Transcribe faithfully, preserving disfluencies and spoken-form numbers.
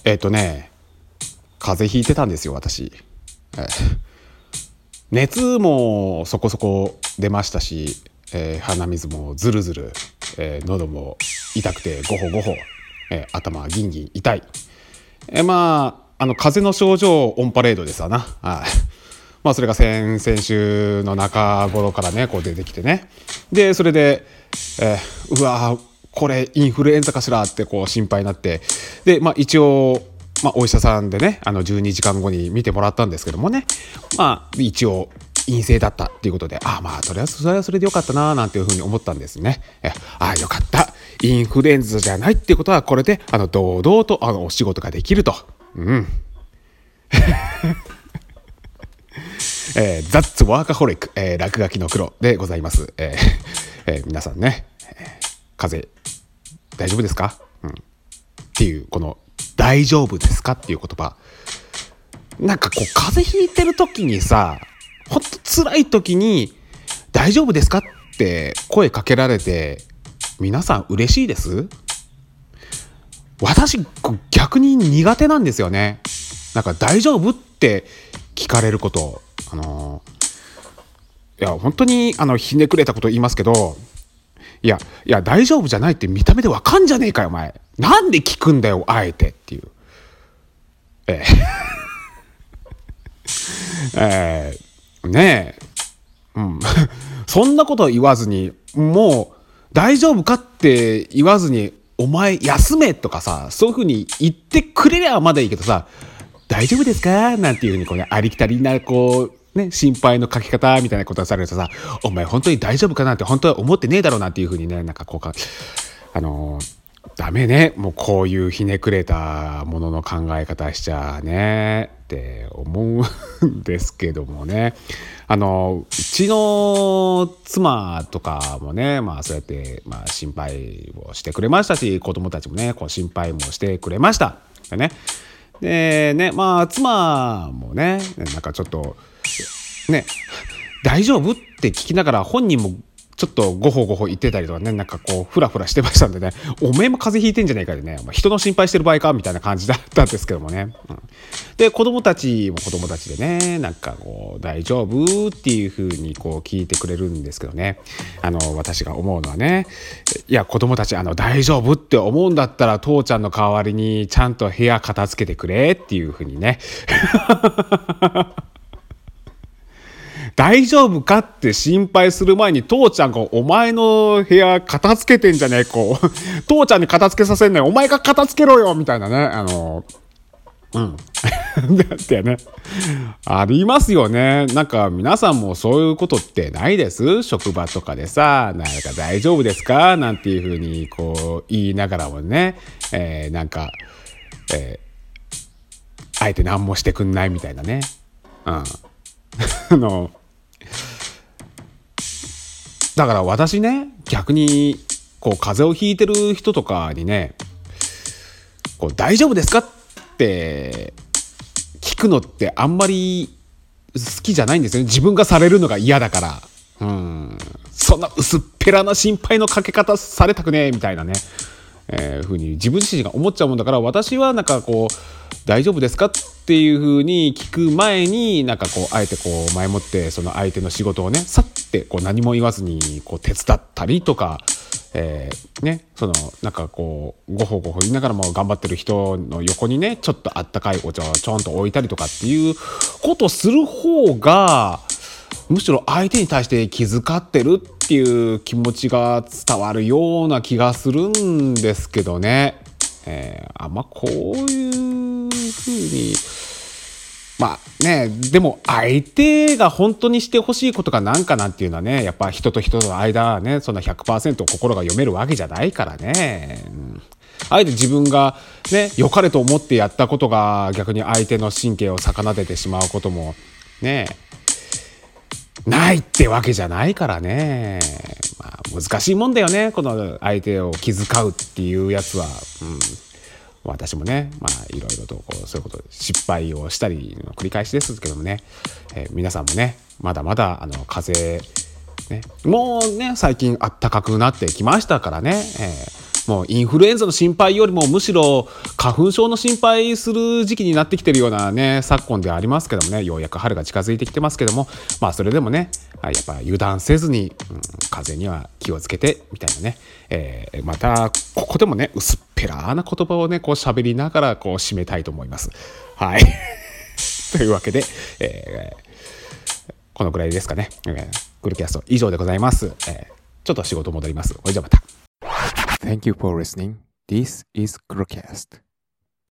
えっとね風邪ひいてたんですよ私。えー熱もそこそこ出ましたし、えー鼻水もずるずる、えー喉も痛くてゴホゴホ、えー頭ギンギン痛い、えーまああの風邪の症状オンパレードですわな。はい。まあそれが先々週の中頃からねこう出てきてね、でそれで、えーうわこれインフルエンザかしらってこう心配になって、でまあ一応まあ、お医者さんでねあのじゅうにじかんごに見てもらったんですけどもね、まあ一応陰性だったっていうことで、あまあとりあえずそれはそれでよかったななんていうふうに思ったんですね。えあよかった、インフルエンザじゃないっていうことはこれであの堂々とあのお仕事ができると。うんえー、ザッツワーカホリック、えー、落書きの黒でございます。えーえー、皆さんね、えー、風邪大丈夫ですか、うん、っていうこの大丈夫ですかっていう言葉、なんかこう風邪ひいてる時にさ、ほんと辛い時に大丈夫ですかって声かけられて皆さん嬉しいです？私逆に苦手なんですよね。なんか大丈夫って聞かれること、あのー、いや本当にあのひねくれたこと言いますけど、いやいや大丈夫じゃないって見た目でわかんじゃねえかよお前、なんで聞くんだよあえてっていう、えーえー、ねえ、うん、そんなこと言わずにもう大丈夫かって言わずにお前休めとかさ、そういう風に言ってくれりゃまだいいけどさ、大丈夫ですかなんていう風にこうねありきたりなこうね心配の書き方みたいなことをされるとさ、お前本当に大丈夫かなって本当は思ってねえだろうなっていう風にね、なんかこうかあのー、ダメね、もうこういうひねくれたものの考え方しちゃねって思うんですけどもね、あのうちの妻とかもね、まあそうやって、まあ、心配をしてくれましたし、子供たちもねこう心配もしてくれましたでね。でね、まあ妻もねなんかちょっとね大丈夫って聞きながら本人もちょっとゴホゴホ言ってたりとかね、なんかこうフラフラしてましたんでね、おめえも風邪ひいてんじゃねえかでね、人の心配してる場合かみたいな感じだったんですけどもね、うん、で子供たちも子供たちでね、なんかこう大丈夫っていう風にこう聞いてくれるんですけどね、あの私が思うのはね、いや子供たちあの大丈夫って思うんだったら父ちゃんの代わりにちゃんと部屋片付けてくれっていう風にね大丈夫かって心配する前に父ちゃんがお前の部屋片付けてんじゃねえこう父ちゃんに片付けさせんのよお前が片付けろよみたいなね、あのうんだってねありますよね。なんか皆さんもそういうことってないです？職場とかでさ、なんか大丈夫ですかなんていう風にこう言いながらもね、えー、なんか、えー、あえて何もしてくんないみたいなね、うんあのだから私ね逆にこう風邪をひいてる人とかにねこう大丈夫ですかって聞くのってあんまり好きじゃないんですよね。自分がされるのが嫌だから、うん、そんな薄っぺらな心配のかけ方されたくねえみたいなね、えー、ふうに自分自身が思っちゃうもんだから、私はなんかこう大丈夫ですかっていう風に聞く前になんかこうあえてこう前もってその相手の仕事をねさってこう何も言わずにこう手伝ったりとか、えー、ねそのなんかこうごほごほ言いながらも頑張ってる人の横にねちょっとあったかいお茶をちょんと置いたりとかっていうことをする方がむしろ相手に対して気遣ってるっていう気持ちが伝わるような気がするんですけどね。えー、あまあこういう風にまあね、でも相手が本当にしてほしいことが何かなんていうのはね、やっぱ人と人との間はねそんな ひゃくパーセント 心が読めるわけじゃないからね、うん、あえて自分がね良かれと思ってやったことが逆に相手の神経を逆なでてしまうこともねないってわけじゃないからね、まあ、難しいもんだよねこの相手を気遣うっていうやつは、うん私もね、まあいろいろとこうそういうこと失敗をしたりの繰り返しですけどもね、えー、皆さんもねまだまだあの風邪ねもうね最近暖かくなってきましたからね、えー、 もうインフルエンザの心配よりもむしろ花粉症の心配する時期になってきてるようなね昨今ではありますけどもね、ようやく春が近づいてきてますけども、まあそれでもねやっぱ油断せずに、うん、風邪には気をつけてみたいなね、えー、またここでもね薄っぺらな言葉をねこう喋りながらこう締めたいと思います。はいというわけで、えー、このくらいですかね、えー、グルキャスト以上でございます。えー、ちょっと仕事戻ります。それじゃまた。 Thank you for listening. This is Growcast.